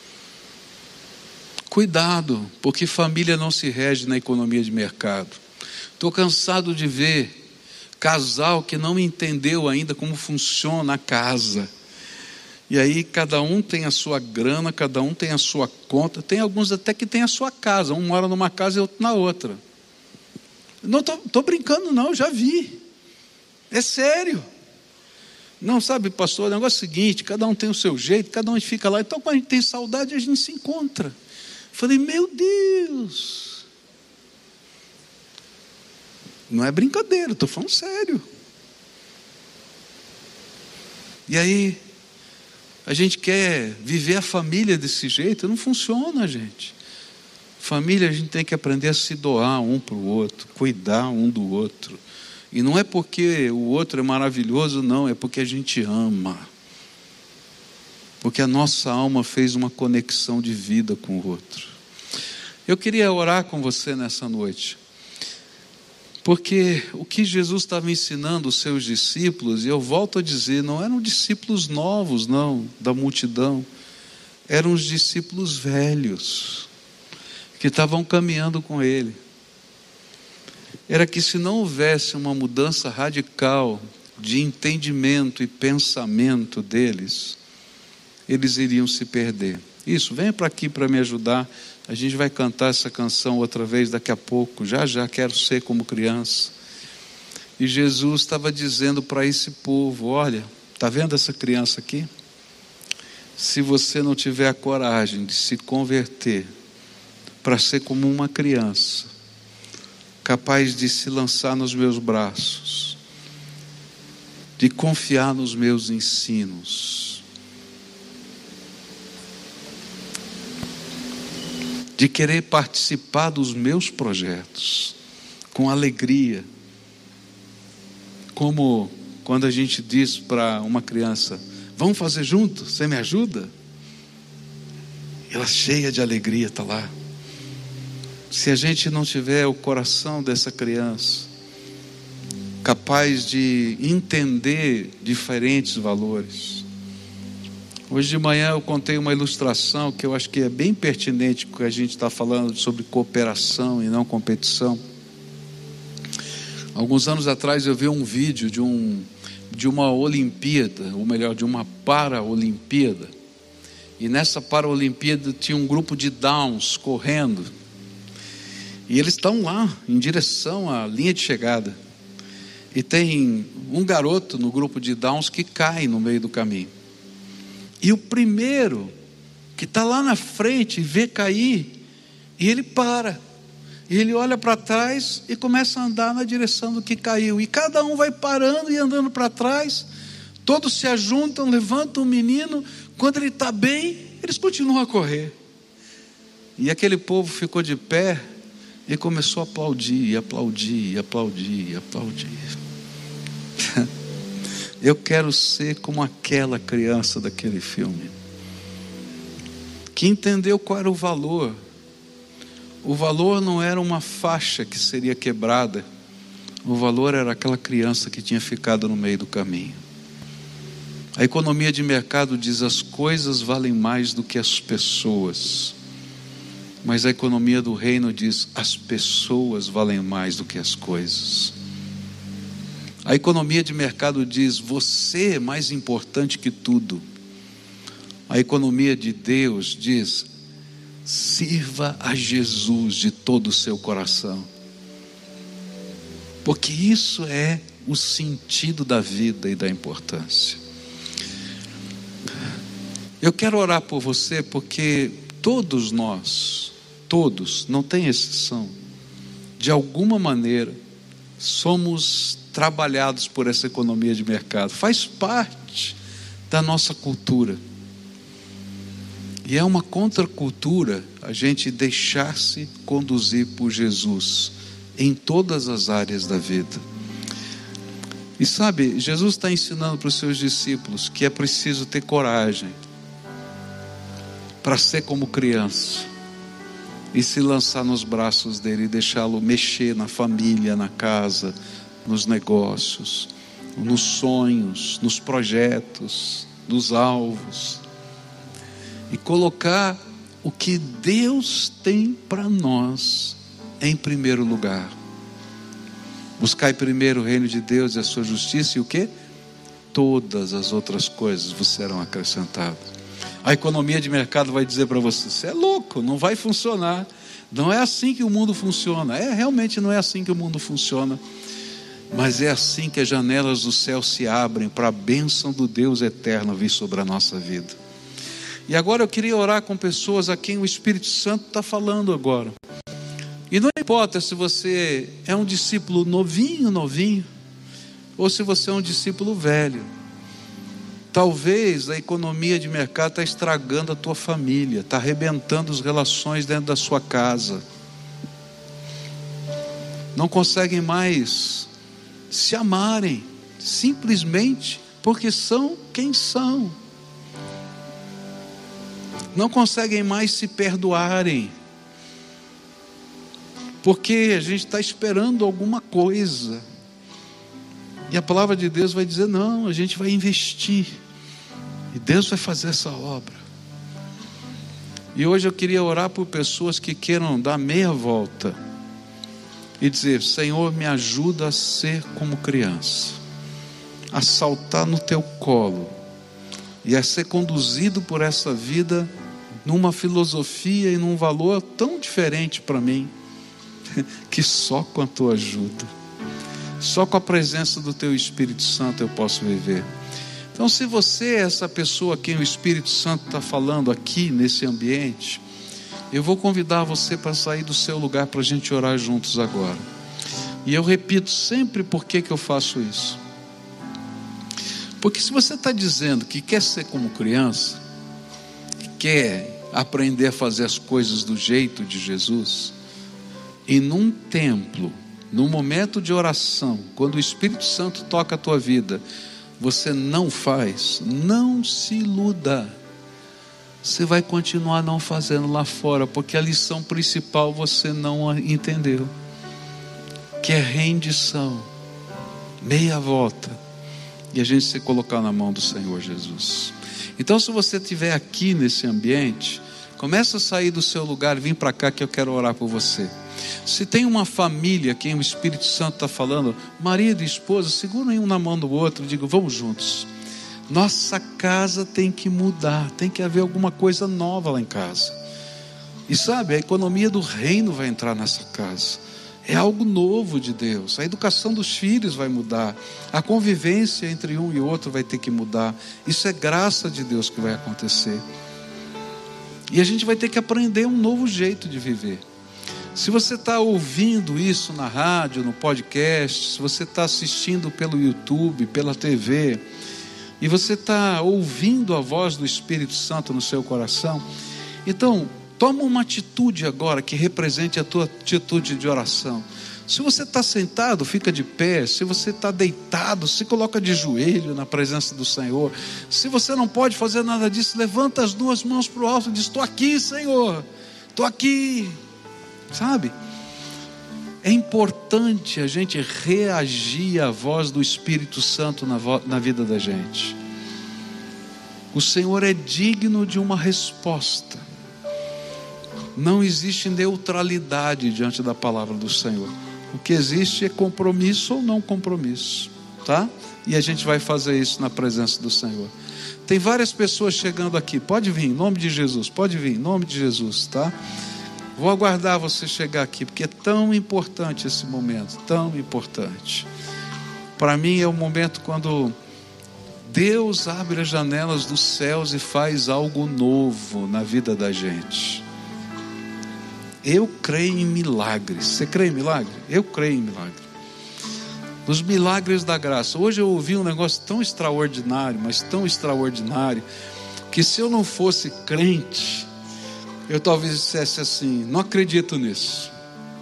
Cuidado, porque família não se rege na economia de mercado. Estou cansado de ver casal que não entendeu ainda como funciona a casa. E aí cada um tem a sua grana, cada um tem a sua conta. Tem alguns até que tem a sua casa. Um mora numa casa e outro na outra. Não estou brincando não, já vi. É sério. Não, sabe, pastor, o negócio é o seguinte: cada um tem o seu jeito, cada um fica lá. Então quando a gente tem saudade, a gente se encontra. Falei, meu Deus. Não é brincadeira, estou falando sério. E aí, a gente quer viver a família desse jeito, não funciona, gente. Família, a gente tem que aprender a se doar um para o outro, cuidar um do outro. E não é porque o outro é maravilhoso, não, é porque a gente ama. Porque a nossa alma fez uma conexão de vida com o outro. Eu queria orar com você nessa noite. Porque o que Jesus estava ensinando os seus discípulos, e eu volto a dizer, não eram discípulos novos, não, da multidão. Eram os discípulos velhos, que estavam caminhando com ele. Era que se não houvesse uma mudança radical de entendimento e pensamento deles, eles iriam se perder. Isso, venha para aqui para me ajudar. A gente vai cantar essa canção outra vez daqui a pouco. Já quero ser como criança. E Jesus estava dizendo para esse povo: olha, está vendo essa criança aqui? Se você não tiver a coragem de se converter para ser como uma criança, capaz de se lançar nos meus braços, de confiar nos meus ensinos, de querer participar dos meus projetos com alegria, como quando a gente diz para uma criança: vamos fazer junto, você me ajuda? Ela cheia de alegria está lá. Se a gente não tiver o coração dessa criança, capaz de entender diferentes valores. Hoje de manhã eu contei uma ilustração que eu acho que é bem pertinente, porque a gente está falando sobre cooperação e não competição. Alguns anos atrás eu vi um vídeo de uma Olimpíada, ou melhor, de uma Paraolimpíada. E nessa Paraolimpíada tinha um grupo de Downs correndo. E eles estão lá, em direção à linha de chegada. E tem um garoto no grupo de Downs que cai no meio do caminho. E o primeiro, que está lá na frente, vê cair, e ele para. E ele olha para trás e começa a andar na direção do que caiu. E cada um vai parando e andando para trás. Todos se ajuntam, levantam o menino. Quando ele está bem, eles continuam a correr. E aquele povo ficou de pé e começou a aplaudir, aplaudir, aplaudir, aplaudir. Eu quero ser como aquela criança daquele filme, que entendeu qual era o valor. O valor não era uma faixa que seria quebrada. O valor era aquela criança que tinha ficado no meio do caminho. A economia de mercado diz: as coisas valem mais do que as pessoas. Mas a economia do reino diz: as pessoas valem mais do que as coisas. A economia de mercado diz: você é mais importante que tudo. A economia de Deus diz: sirva a Jesus de todo o seu coração. Porque isso é o sentido da vida e da importância. Eu quero orar por você, porque todos nós, todos, não tem exceção, de alguma maneira, somos trabalhados por essa economia de mercado. Faz parte da nossa cultura. E é uma contracultura a gente deixar-se conduzir por Jesus em todas as áreas da vida. E sabe, Jesus está ensinando para os seus discípulos que é preciso ter coragem para ser como criança e se lançar nos braços dele e deixá-lo mexer na família, na casa, nos negócios, nos sonhos, nos projetos, nos alvos. E colocar o que Deus tem para nós em primeiro lugar. Buscai primeiro o reino de Deus e a sua justiça, e o quê? Todas as outras coisas vos serão acrescentadas. A economia de mercado vai dizer para você: você é louco, não vai funcionar. Não é assim que o mundo funciona. Realmente não é assim que o mundo funciona. Mas é assim que as janelas do céu se abrem para a bênção do Deus eterno vir sobre a nossa vida. E agora eu queria orar com pessoas a quem o Espírito Santo está falando agora. E não importa se você é um discípulo novinho, ou se você é um discípulo velho. Talvez a economia de mercado está estragando a tua família, está arrebentando as relações dentro da sua casa. Não conseguem mais se amarem, simplesmente porque são quem são. Não conseguem mais se perdoarem, porque a gente está esperando alguma coisa. E a palavra de Deus vai dizer: não, a gente vai investir, e Deus vai fazer essa obra. E hoje eu queria orar por pessoas que queiram dar meia volta e dizer: Senhor, me ajuda a ser como criança, a saltar no teu colo e a ser conduzido por essa vida numa filosofia e num valor tão diferente para mim, que só com a tua ajuda, só com a presença do teu Espírito Santo eu posso viver. Então, se você é essa pessoa a quem o Espírito Santo está falando aqui nesse ambiente, eu vou convidar você para sair do seu lugar para a gente orar juntos agora. E eu repito sempre por que eu faço isso. Porque se você está dizendo que quer ser como criança, que quer aprender a fazer as coisas do jeito de Jesus, e num templo, num momento de oração, quando o Espírito Santo toca a tua vida, você não faz, não se iluda. Você vai continuar não fazendo lá fora, porque a lição principal você não entendeu, que é rendição, meia volta, e a gente se colocar na mão do Senhor Jesus. Então, se você estiver aqui nesse ambiente, começa a sair do seu lugar e vem para cá que eu quero orar por você. Se tem uma família quem o Espírito Santo está falando, marido e esposa, segurem um na mão do outro e digam: vamos juntos. Nossa casa tem que mudar, tem que haver alguma coisa nova lá em casa. E sabe, a economia do reino vai entrar nessa casa. É algo novo de Deus. A educação dos filhos vai mudar. A convivência entre um e outro vai ter que mudar. Isso é graça de Deus que vai acontecer. E a gente vai ter que aprender um novo jeito de viver. Se você está ouvindo isso na rádio, no podcast, se você está assistindo pelo YouTube, pela TV, e você está ouvindo a voz do Espírito Santo no seu coração, então toma uma atitude agora que represente a tua atitude de oração. Se você está sentado, fica de pé. Se você está deitado, se coloca de joelho na presença do Senhor. Se você não pode fazer nada disso, levanta as duas mãos para o alto e diz: estou aqui, Senhor, estou aqui. Sabe? É importante a gente reagir à voz do Espírito Santo na vida da gente. O Senhor é digno de uma resposta. Não existe neutralidade diante da palavra do Senhor. O que existe é compromisso ou não compromisso, tá? E a gente vai fazer isso na presença do Senhor. Tem várias pessoas chegando aqui. Pode vir, em nome de Jesus. Pode vir, em nome de Jesus, tá? Vou aguardar você chegar aqui, porque é tão importante esse momento, tão importante. Para mim é o momento quando Deus abre as janelas dos céus e faz algo novo na vida da gente. Eu creio em milagres. Você crê em milagre? Eu creio em milagre. Os milagres da graça. Hoje eu ouvi um negócio tão extraordinário, mas tão extraordinário, que se eu não fosse crente, eu talvez dissesse assim: não acredito nisso.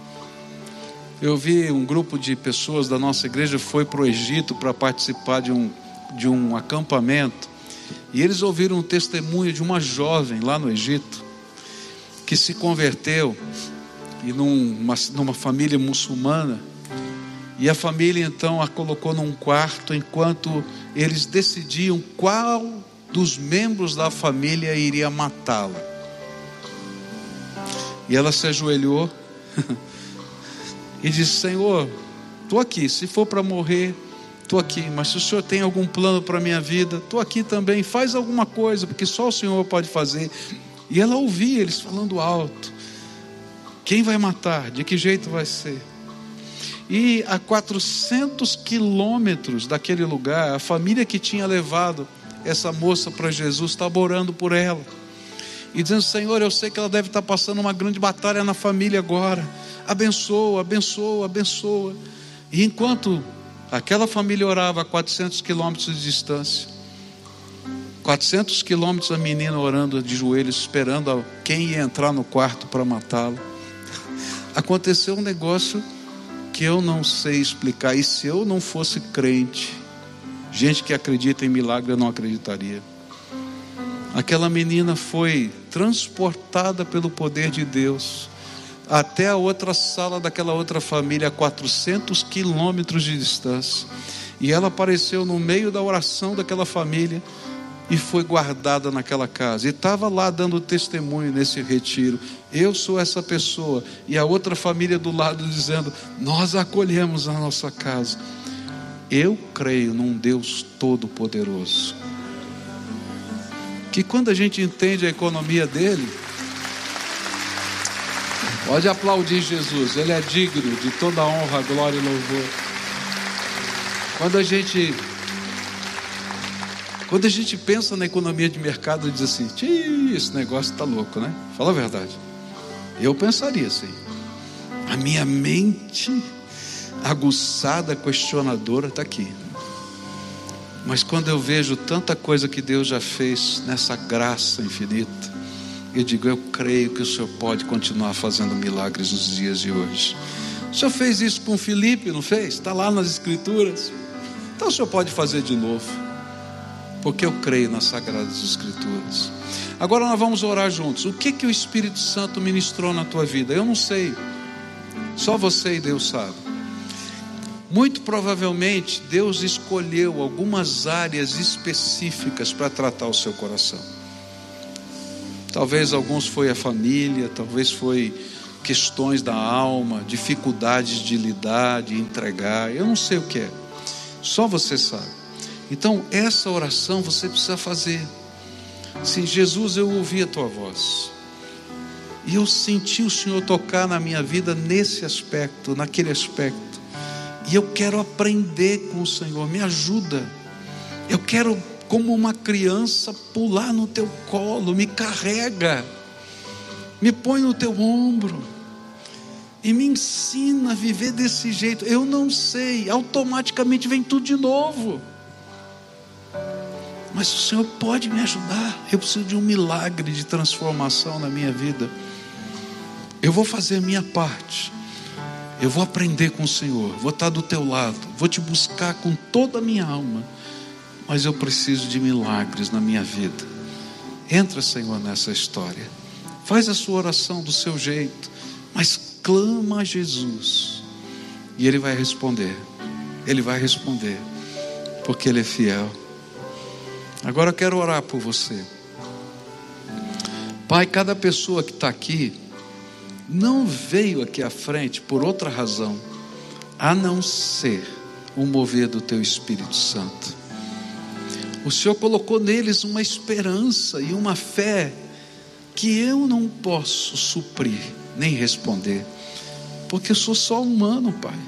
Eu vi um grupo de pessoas da nossa igreja foi para o Egito para participar de um acampamento, e eles ouviram um testemunho de uma jovem lá no Egito que se converteu e numa família muçulmana, e a família então a colocou num quarto enquanto eles decidiam qual dos membros da família iria matá-la. E ela se ajoelhou e disse: Senhor, estou aqui, se for para morrer, estou aqui, mas se o Senhor tem algum plano para a minha vida, estou aqui também, faz alguma coisa, porque só o Senhor pode fazer. E ela ouvia eles falando alto: quem vai matar? De que jeito vai ser? E a 400 quilômetros daquele lugar, a família que tinha levado essa moça para Jesus estava orando por ela e dizendo: Senhor, eu sei que ela deve estar passando uma grande batalha na família agora, abençoa, abençoa, abençoa. E enquanto aquela família orava a 400 quilômetros de distância, 400 quilômetros, a menina orando de joelhos, esperando quem ia entrar no quarto para matá-lo, aconteceu um negócio que eu não sei explicar. E se eu não fosse crente, gente que acredita em milagre, eu não acreditaria. Aquela menina foi transportada pelo poder de Deus até a outra sala daquela outra família, a 400 quilômetros de distância, e ela apareceu no meio da oração daquela família e foi guardada naquela casa, e estava lá dando testemunho nesse retiro: eu sou essa pessoa. E a outra família do lado dizendo: nós a acolhemos na nossa casa. Eu creio num Deus todo-poderoso, que quando a gente entende a economia dele, pode aplaudir Jesus, ele é digno de toda honra, glória e louvor. Quando a gente pensa na economia de mercado, diz assim: esse negócio está louco, né? Fala a verdade. Eu pensaria assim. A minha mente aguçada, questionadora, está aqui. Mas quando eu vejo tanta coisa que Deus já fez nessa graça infinita, eu digo: eu creio que o Senhor pode continuar fazendo milagres nos dias de hoje. O Senhor fez isso com Filipe, não fez? Está lá nas Escrituras. Então o Senhor pode fazer de novo, porque eu creio nas Sagradas Escrituras. Agora nós vamos orar juntos. O que o Espírito Santo ministrou na tua vida? Eu não sei, só você e Deus sabe. Muito provavelmente Deus escolheu algumas áreas específicas para tratar o seu coração. Talvez alguns foi a família, talvez foi questões da alma, dificuldades de lidar, de entregar. Eu não sei o que é, só você sabe. Então essa oração você precisa fazer. Sim, Jesus, eu ouvi a tua voz E eu senti o Senhor tocar na minha vida nesse aspecto, naquele aspecto. E eu quero aprender com o Senhor, me ajuda. Eu quero, como uma criança, pular no teu colo, me carrega, me põe no teu ombro e me ensina a viver desse jeito. Eu não sei, automaticamente vem tudo de novo. Mas o Senhor pode me ajudar. Eu preciso de um milagre de transformação na minha vida. Eu vou fazer a minha parte. Eu vou aprender com o Senhor, vou estar do teu lado, vou te buscar com toda a minha alma. Mas eu preciso de milagres na minha vida. Entra, Senhor, nessa história. Faz a sua oração do seu jeito, mas clama a Jesus. E Ele vai responder. Ele vai responder, porque Ele é fiel. Agora eu quero orar por você. Pai, cada pessoa que está aqui não veio aqui à frente por outra razão, a não ser o mover do Teu Espírito Santo. O Senhor colocou neles uma esperança e uma fé que eu não posso suprir, nem responder, porque eu sou só humano, Pai.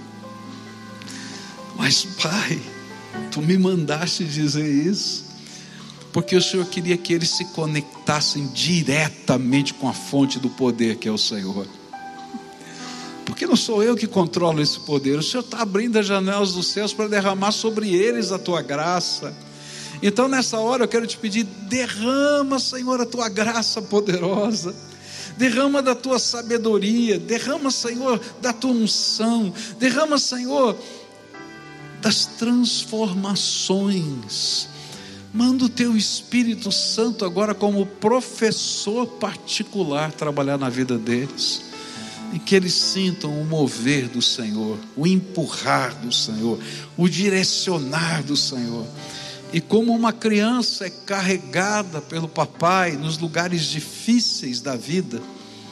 Mas, Pai, Tu me mandaste dizer isso, porque o Senhor queria que eles se conectassem diretamente com a fonte do poder, que é o Senhor. Porque não sou eu que controlo esse poder. O Senhor está abrindo as janelas dos céus para derramar sobre eles a Tua graça. Então nessa hora eu quero te pedir: derrama, Senhor, a Tua graça poderosa. Derrama da Tua sabedoria. Derrama, Senhor, da Tua unção. Derrama, Senhor, das transformações. Manda o Teu Espírito Santo agora como professor particular trabalhar na vida deles, e que eles sintam o mover do Senhor, o empurrar do Senhor, o direcionar do Senhor. E como uma criança é carregada pelo papai nos lugares difíceis da vida,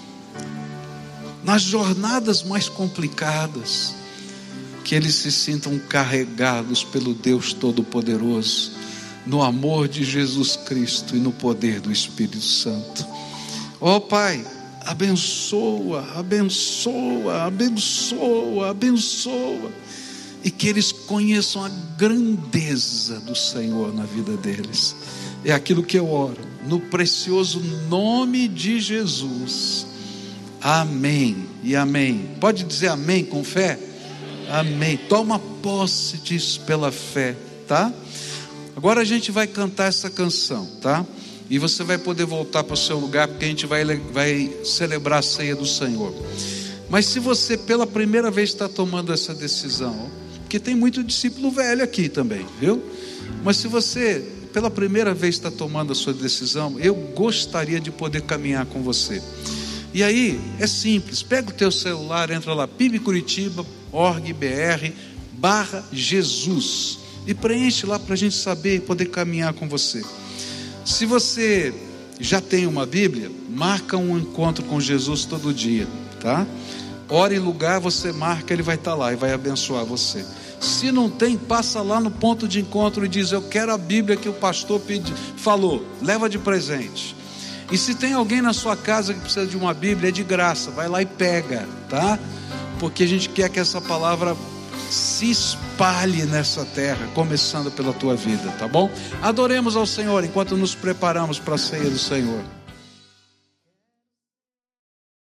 nas jornadas mais complicadas, que eles se sintam carregados pelo Deus Todo-Poderoso, no amor de Jesus Cristo e no poder do Espírito Santo. Ó Pai, abençoa, abençoa, abençoa, abençoa, e que eles conheçam a grandeza do Senhor na vida deles. É aquilo que eu oro, no precioso nome de Jesus. Amém e amém. Pode dizer amém com fé? Amém. Toma posse disso pela fé, tá? Agora a gente vai cantar essa canção, tá? E você vai poder voltar para o seu lugar, porque a gente vai celebrar a ceia do Senhor. Mas se você pela primeira vez está tomando essa decisão, porque tem muito discípulo velho aqui também, viu? Mas se você pela primeira vez está tomando a sua decisão, eu gostaria de poder caminhar com você. E aí é simples, pega o teu celular, entra lá, pibcuritiba.org.br/Jesus e preenche lá para a gente saber e poder caminhar com você. Se você já tem uma Bíblia, marca um encontro com Jesus todo dia, tá? Hora e lugar você marca, Ele vai estar lá e vai abençoar você. Se não tem, passa lá no ponto de encontro e diz: eu quero a Bíblia que o pastor falou, leva de presente. E se tem alguém na sua casa que precisa de uma Bíblia, é de graça, vai lá e pega, tá? Porque a gente quer que essa palavra se espalhe nessa terra, começando pela tua vida, tá bom? Adoremos ao Senhor enquanto nos preparamos para a ceia do Senhor.